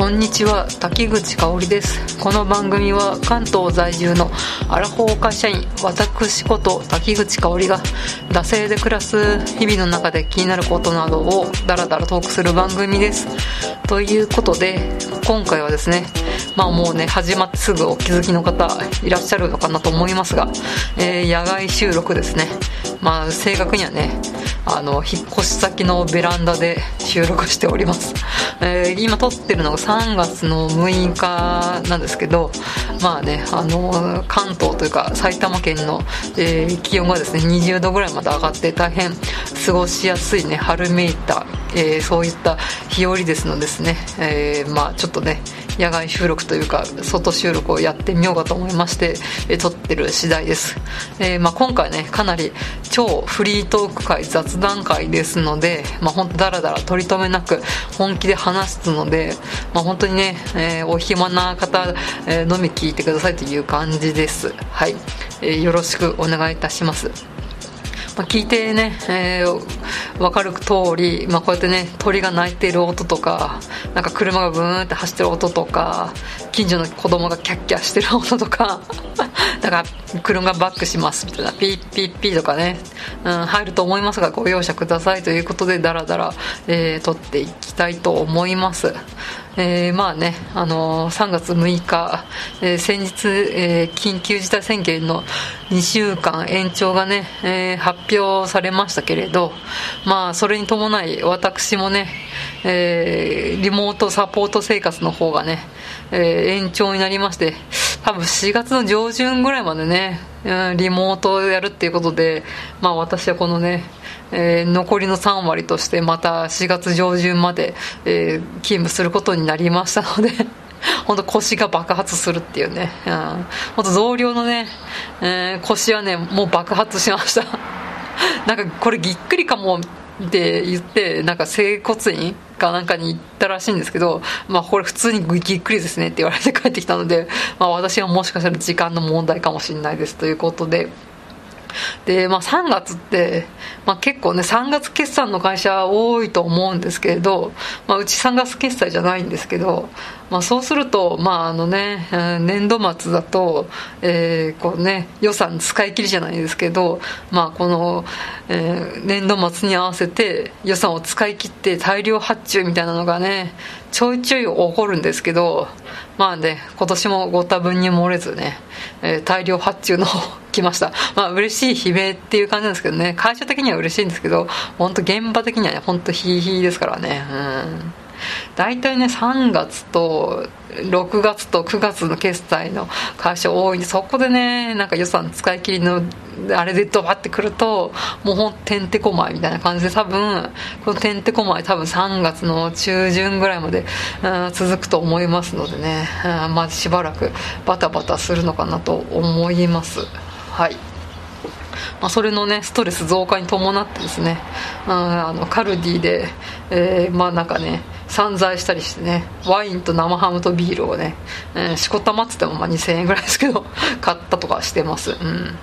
こんにちは、滝口香織です。この番組は関東在住のアラフォー会社員、私こと滝口香織が惰性で暮らす日々の中で気になることなどをダラダラトークする番組です。ということで、今回はですね、もうね始まってすぐお気づきの方いらっしゃるのかなと思いますが、野外収録ですね。正確にはね、引っ越し先のベランダで収録しております。今撮ってるのが3月の6日なんですけど、関東というか埼玉県の、気温がですね20度ぐらいまで上がって大変過ごしやすいね春めいた、そういった日和ですのでですね、ちょっとね野外収録というか外収録をやってみようかと思いまして、撮ってる次第です。今回ねかなり超フリートーク会、雑談会ですので、本当だらだら取り留めなく本気で話すので、本当にね、お暇な方、のみ聞いてくださいという感じです。はい、よろしくお願いいたします。聞いてね、分かる通り、こうやってね鳥が鳴いてる音とか、なんか車がブーンって走ってる音とか、近所の子供がキャッキャしてる音とかだから車がバックしますみたいなピッピッピーとかね、入ると思いますがご容赦くださいということでダラダラ撮っていきたいと思います。3月6日、先日、緊急事態宣言の2週間延長がね、発表されましたけれど、それに伴い私もね、リモートサポート生活の方がね、延長になりまして、多分4月の上旬ぐらいまでね、リモートをやるっていうことで、私はこのね、残りの3割としてまた4月上旬まで、勤務することになりましたので本当腰が爆発するっていうね、本当同僚のね、腰はねもう爆発しましたなんかこれぎっくりかもって言って、なんか整骨院かなんかに行ったらしいんですけど、これ普通にぎっくりですねって言われて帰ってきたので、私はもしかしたら時間の問題かもしれないですということで、3月って、結構ね3月決算の会社多いと思うんですけれど、うち3月決済じゃないんですけど、そうすると、年度末だと、こうね、予算使い切りじゃないですけど、この、年度末に合わせて予算を使い切って大量発注みたいなのがねちょいちょい起こるんですけど、今年もご多分に漏れずね、大量発注の来ました。嬉しい悲鳴っていう感じなんですけどね、会社的には嬉しいんですけど、本当現場的にはね本当ヒーヒーですからね。大体ね3月と6月と9月の決済の会社多いんで、そこでねなんか予算使い切りのあれでドバってくると、もうほんとてんてこまいみたいな感じで、多分このてんてこまい多分3月の中旬ぐらいまで、続くと思いますのでね、しばらくバタバタするのかなと思います。はい、それのねストレス増加に伴ってですね、カルディで、なんかね散財したりしてね、ワインと生ハムとビールをね、しこたまってても2000円ぐらいですけど買ったとかしてます。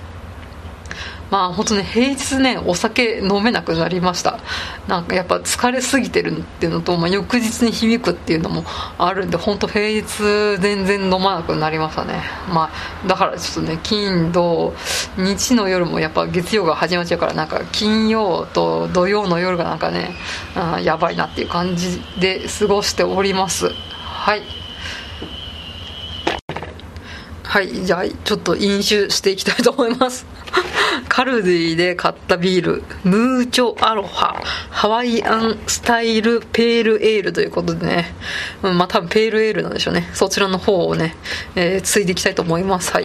本当ね平日ねお酒飲めなくなりました。なんかやっぱ疲れすぎてるっていうのと、翌日に響くっていうのもあるんで、本当平日全然飲まなくなりましたね。だからちょっとね金土日の夜もやっぱ月曜が始まっちゃうから、なんか金曜と土曜の夜がなんかね、やばいなっていう感じで過ごしております。はい、じゃあちょっと飲酒していきたいと思いますカルディで買ったビール、ムーチョアロハハワイアンスタイルペールエールということでね、多分ペールエールなんでしょうね。そちらの方をね、ついでいきたいと思います。はい、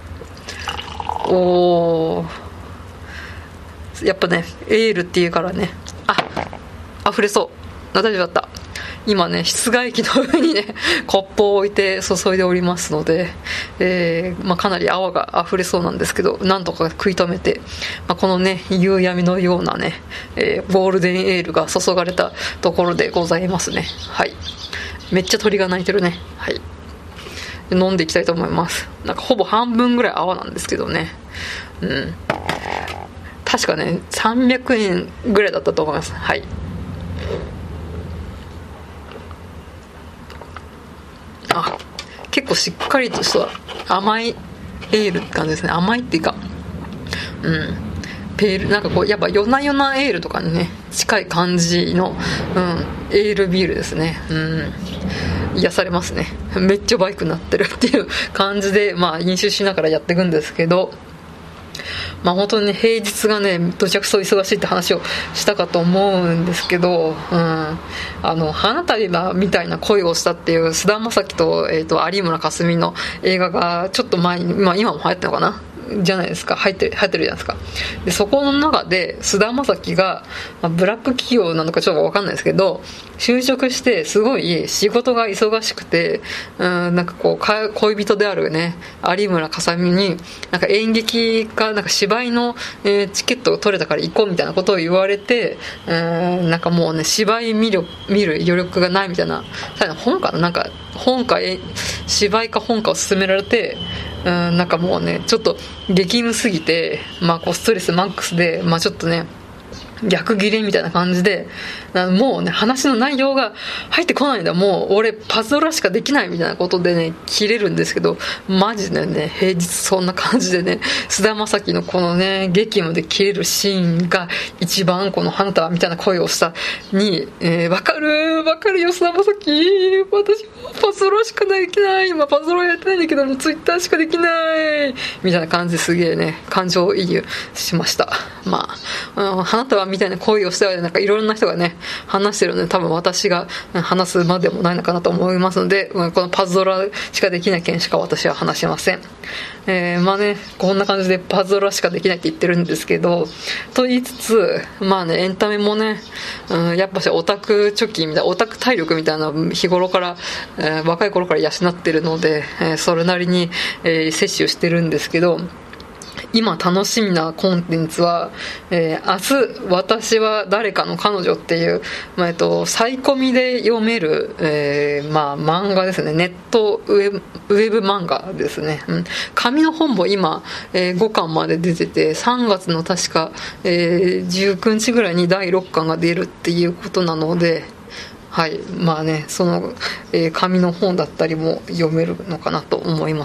やっぱねエールっていうからね、溢れそう、大丈夫だった。今ね室外機の上にねコップを置いて注いでおりますので、かなり泡が溢れそうなんですけど、なんとか食い止めて、このね夕闇のようなね、ゴールデンエールが注がれたところでございますね。はい、めっちゃ鳥が鳴いてるね。はい、飲んでいきたいと思います。なんかほぼ半分ぐらい泡なんですけどね、確かね300円ぐらいだったと思います。はい、 構しっかりとした甘いエールって感じですね。甘いっていうか、ペール、なんかこうやっぱ夜な夜なエールとかにね近い感じの、エールビールですね。癒されますね。めっちゃバイクになってるっていう感じで、飲酒しながらやっていくんですけど、本当にね、平日がねどちゃくそ忙しいって話をしたかと思うんですけど、花束みたいな恋をしたっていう菅田将暉と、有村架純の映画がちょっと前に、今も流行ってるのかなじゃないですか、入ってるじゃないですか。でそこの中で菅田将暉が、ブラック企業なのかちょっと分かんないですけど、就職してすごい仕事が忙しくて、なんかこう恋人であるね有村架純になんか演劇かなんか芝居の、チケットが取れたから行こうみたいなことを言われて、なんかもうね芝居見る余力がないみたいな、本かな、なんか本か芝居か本かを勧められて、なんかもうねちょっと激務すぎて、こうストレスマックスで、ちょっとね逆ギレみたいな感じで、もうね話の内容が入ってこないんだ、もう俺パズドラしかできないみたいなことでね切れるんですけど、マジでね平日そんな感じでね菅田将暉のこのね激務で切れるシーンが一番この花束みたいな声をしたに、わかるよ菅田将暉、私はパズドラしかできない、今パズドラやってないんだけどもツイッターしかできないみたいな感じですげえね感情移入しました。花束みたいな恋をしてはなんかいろんな人がね話してるので、多分私が話すまでもないのかなと思いますので、このパズドラしかできない件しか私は話しません。こんな感じでパズドラしかできないって言ってるんですけど、と言いつつエンタメもね、やっぱしオタク貯金みたいなオタク体力みたいな日頃から、若い頃から養ってるので、それなりに、摂取してるんですけど、今楽しみなコンテンツは、明日私は誰かの彼女っていう、サイコミで読める、漫画ですね。ネットウェブ漫画ですね。紙の本も今、5巻まで出てて、3月の確か、19日ぐらいに第6巻が出るっていうことなので、はい、その、紙の本だったりも読めるのかなと思います。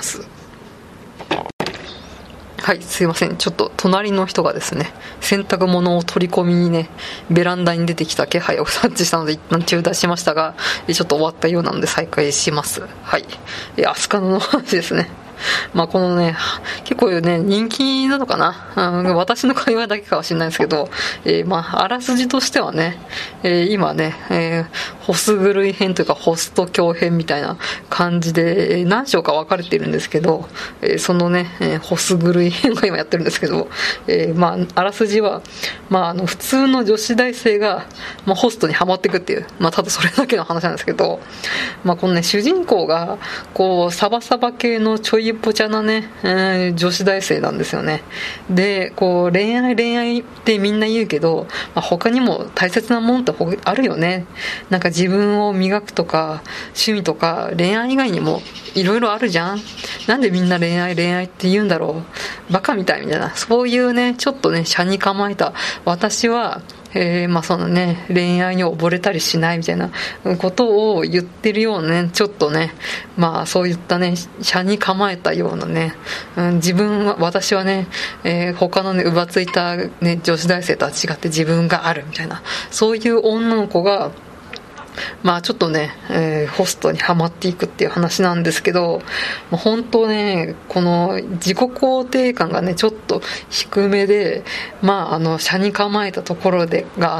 はい、すいません。ちょっと隣の人がですね、洗濯物を取り込みにね、ベランダに出てきた気配を察知したので一旦中断しましたが、ちょっと終わったようなので再開します。はい。アスカの話ですね。このね、結構ね、人気なのかな、私の会話だけかもしれないですけど、あらすじとしてはね、今ね、ホス狂い編というかホスト教編みたいな感じで、何章か分かれているんですけど、そのね、ホス狂い編が今やってるんですけど、あらすじは、普通の女子大生が、ホストにハマっていくっていう、ただそれだけの話なんですけど、このね、主人公が、こう、サバサバ系のちょいぽちゃなね、女子大生なんですよね。で、こう恋愛ってみんな言うけど、他にも大切なものってあるよね。なんか自分を磨くとか趣味とか恋愛以外にもいろいろあるじゃん。なんでみんな恋愛って言うんだろう、バカみたいみたいな、そういうねちょっとね斜に構えた私はそのね恋愛に溺れたりしないみたいなことを言ってるようなね、ちょっとねそういったね斜に構えたようなね、私はね、他のね浮ついたね女子大生とは違って自分があるみたいな、そういう女の子がちょっとね、ホストにはまっていくっていう話なんですけど、本当ねこの自己肯定感がねちょっと低めで、斜に構えたところがあって、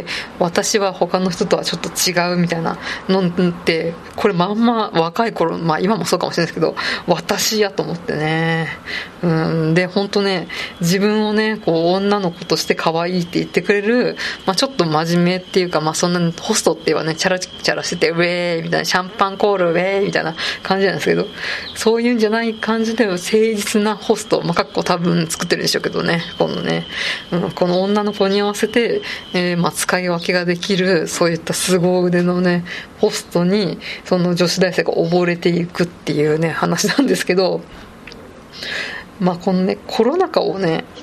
私は他の人とはちょっと違うみたいなのってこれ若い頃、今もそうかもしれないですけど私やと思ってね、で本当ね自分をねこう女の子として可愛いって言ってくれる、ちょっと真面目っていうか、そんなホストっていうはねチャラチャラしててウェーみたいな、シャンパンコールウェーみたいな感じなんですけど、そういうんじゃない感じで誠実なホスト、かっこ多分作ってるでしょうけどね、このね、この女の子に合わせて、使い分けができるそういった凄腕のねホストにその女子大生が溺れていくっていうね話なんですけど、このねコロナ禍をね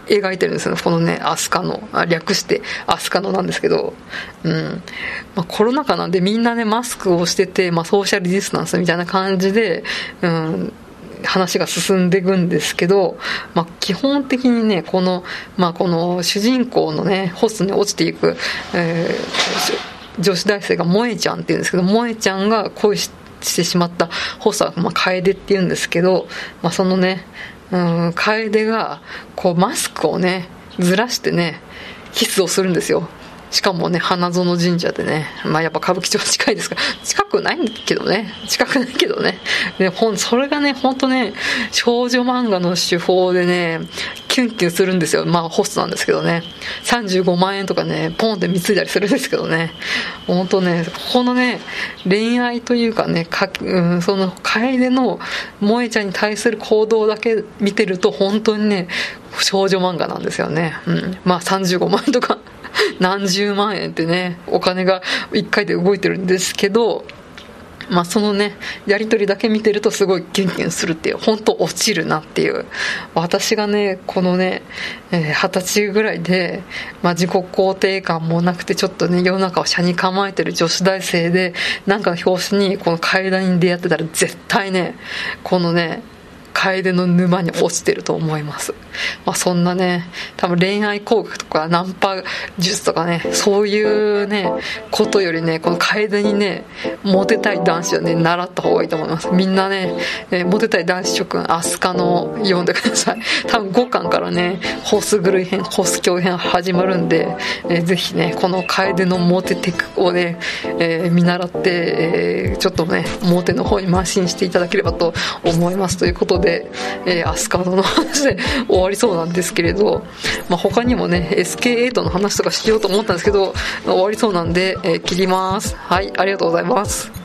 描いてるんですよね。このね、アスカの、略してアスカのなんですけど、コロナ禍なんでみんなね、マスクをしてて、ソーシャルディスタンスみたいな感じで、話が進んでいくんですけど、基本的にね、この主人公のね、ホストに落ちていく、女子大生が萌ちゃんっていうんですけど、萌ちゃんが恋してしまったホストは、楓っていうんですけど、そのね、楓がこうマスクをねずらしてねキスをするんですよ。しかもね、花園神社でね、やっぱ歌舞伎町近いですから近くないけどねでそれがね、本当ね、少女漫画の手法でねキュンキュンするんですよ。ホストなんですけどね、35万円とかねポンって貢いだりするんですけどね、本当ね、このね恋愛というかね、その楓の萌ちゃんに対する行動だけ見てると本当にね少女漫画なんですよね。35万円とか何十万円ってね、お金が1回で動いてるんですけど、そのねやり取りだけ見てるとすごいキュンキュンするっていう、本当落ちるなっていう。私がねこのね20歳ぐらいで、自己肯定感もなくてちょっとね世の中を斜に構えてる女子大生で、なんかの表紙にこの階段に出会ってたら絶対ねこのね楓の沼に落ちてると思います。そんなね、多分恋愛工学とかナンパ術とかね、そういうねことよりね、この楓にねモテたい男子はね習った方がいいと思います。みんなね、モテたい男子諸君、アスカの読んでください。多分5巻からねホス狂い編、ホス狂編始まるんで、ぜひねこの楓のモテテクをね、見習って、ちょっとねモテの方に邁進していただければと思います。ということで、アスカの話で終わりそうなんですけれど、他にもね SK8 の話とかしようと思ったんですけど終わりそうなんで、切ります。はい、ありがとうございます。